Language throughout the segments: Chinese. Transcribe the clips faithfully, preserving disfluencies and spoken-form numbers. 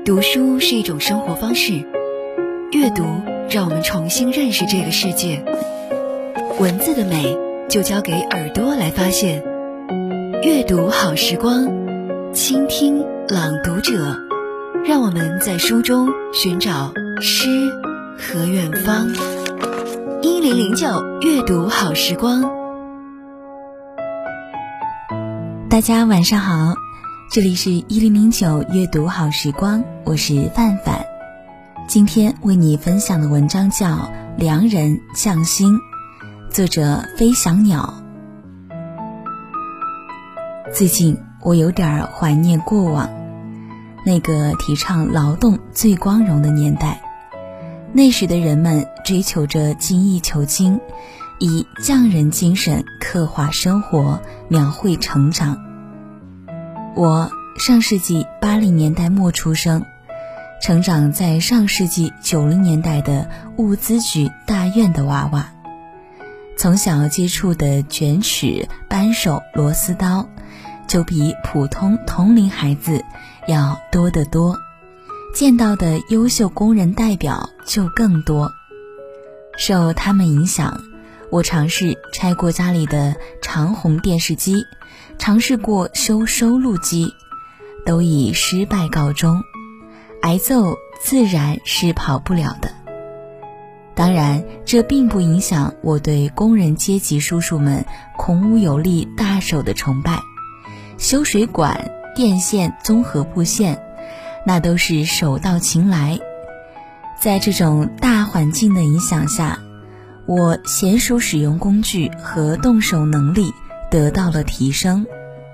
读书是一种生活方式，阅读让我们重新认识这个世界。文字的美就交给耳朵来发现。阅读好时光，倾听朗读者，让我们在书中寻找诗和远方。一零零九阅读好时光。 大家晚上好，这里是一零零九阅读好时光，我是范范。今天为你分享的文章叫《良人匠心》，作者飞翔鸟。最近我有点怀念过往，那个提倡劳动最光荣的年代。那时的人们追求着精益求精，以匠人精神刻画生活，描绘成长。我上世纪八零年代末出生，成长在上世纪九零年代的物资局大院的娃娃。从小接触的卷尺、扳手、螺丝刀，就比普通同龄孩子要多得多，见到的优秀工人代表就更多。受他们影响，我尝试拆过家里的长虹电视机，尝试过修收录机，都以失败告终。挨揍自然是跑不了的。当然，这并不影响我对工人阶级叔叔们孔武有力大手的崇拜。修水管、电线、综合布线，那都是手到擒来。在这种大环境的影响下，我娴熟使用工具和动手能力得到了提升。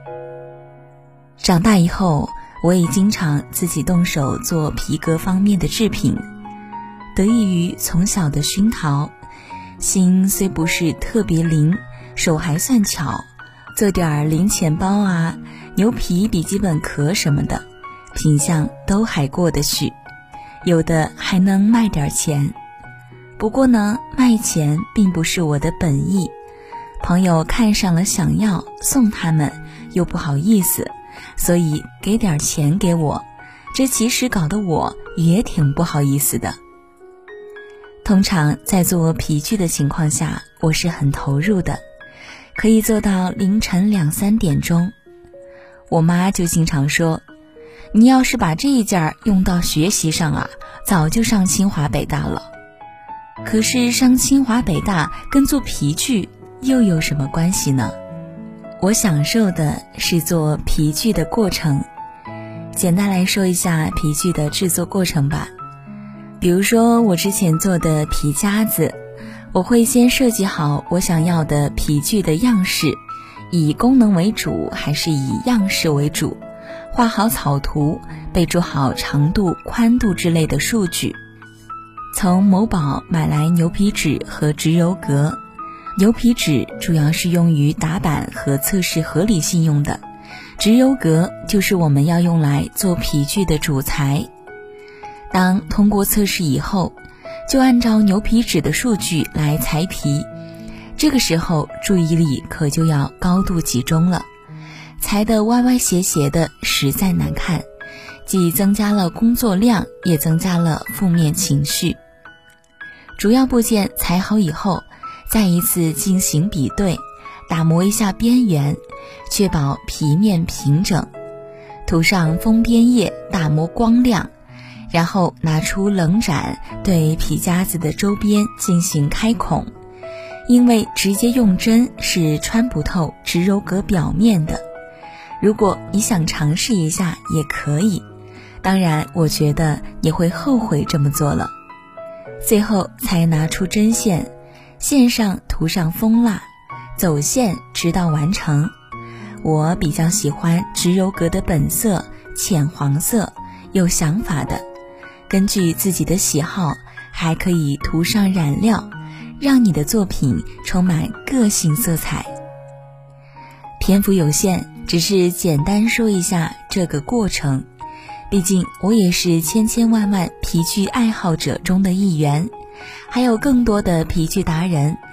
长大以后，我也经常自己动手做皮革方面的制品。得益于从小的熏陶，心虽不是特别灵，手还算巧，做点零钱包啊、牛皮笔记本壳什么的，品相都还过得去，有的还能卖点钱。不过呢，卖钱并不是我的本意，朋友看上了想要送他们，又不好意思，所以给点钱给我，这其实搞得我也挺不好意思的。通常在做皮具的情况下，我是很投入的，可以做到凌晨两三点钟。我妈就经常说，你要是把这一件用到学习上啊，早就上清华北大了。可是上清华北大跟做皮具又有什么关系呢？我享受的是做皮具的过程。简单来说一下皮具的制作过程吧。比如说我之前做的皮夹子，我会先设计好我想要的皮具的样式，以功能为主还是以样式为主，画好草图，备注好长度、宽度之类的数据。从某宝买来牛皮纸和植鞣革，牛皮纸主要是用于打板和测试合理性用的，植鞣革就是我们要用来做皮具的主材。当通过测试以后，就按照牛皮纸的数据来裁皮，这个时候注意力可就要高度集中了，裁得歪歪斜斜的实在难看，既增加了工作量，也增加了负面情绪。主要部件裁好以后，再一次进行比对，打磨一下边缘，确保皮面平整，涂上封边液，打磨光亮，然后拿出冷斩，对皮夹子的周边进行开孔，因为直接用针是穿不透植鞣革表面的。如果你想尝试一下也可以，当然我觉得你会后悔这么做了。最后才拿出针线，线上涂上蜂蜡，走线直到完成。我比较喜欢植鞣革的本色，浅黄色，有想法的。根据自己的喜好，还可以涂上染料，让你的作品充满个性色彩。篇幅有限，只是简单说一下这个过程。毕竟我也是千千万万皮具爱好者中的一员，还有更多的皮具达人，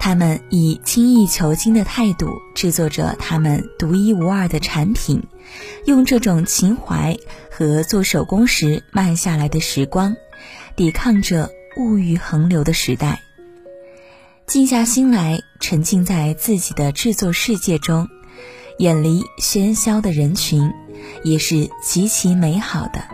他们以精益求精的态度制作着他们独一无二的产品，用这种情怀和做手工时慢下来的时光，抵抗着物欲横流的时代。静下心来，沉浸在自己的制作世界中，远离喧嚣的人群，也是极其美好的。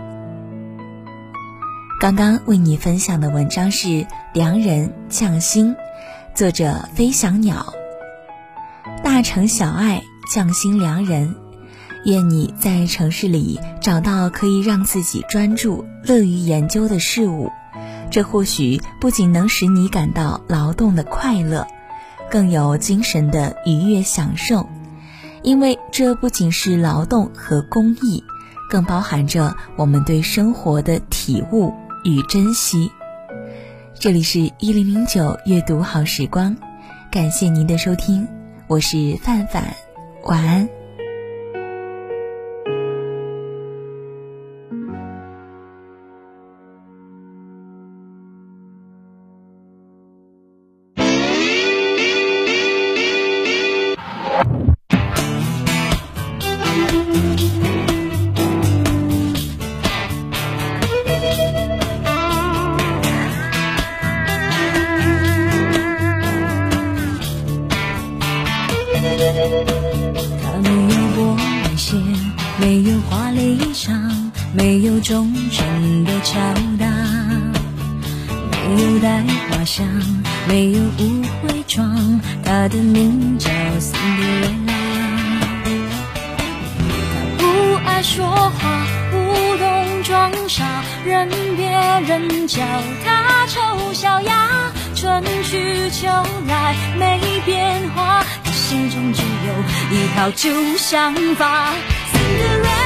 刚刚为你分享的文章是《良人匠心》，作者飞翔鸟。大城小爱，匠心良人，愿你在城市里找到可以让自己专注、乐于研究的事物，这或许不仅能使你感到劳动的快乐，更有精神的愉悦享受，因为这不仅是劳动和公益，更包含着我们对生活的体悟与珍惜。这里是一零零九阅读好时光，感谢您的收听，我是范范，晚安。 它没有玻璃鞋，没有华丽衣裳，没有忠诚的敲打，没有带花香，没有误会妆，它的名叫辛德瑞拉。它不爱说话，不懂装傻，任别人叫它丑小鸭，春去秋来没变化，心中只有一套旧想法。Cinderella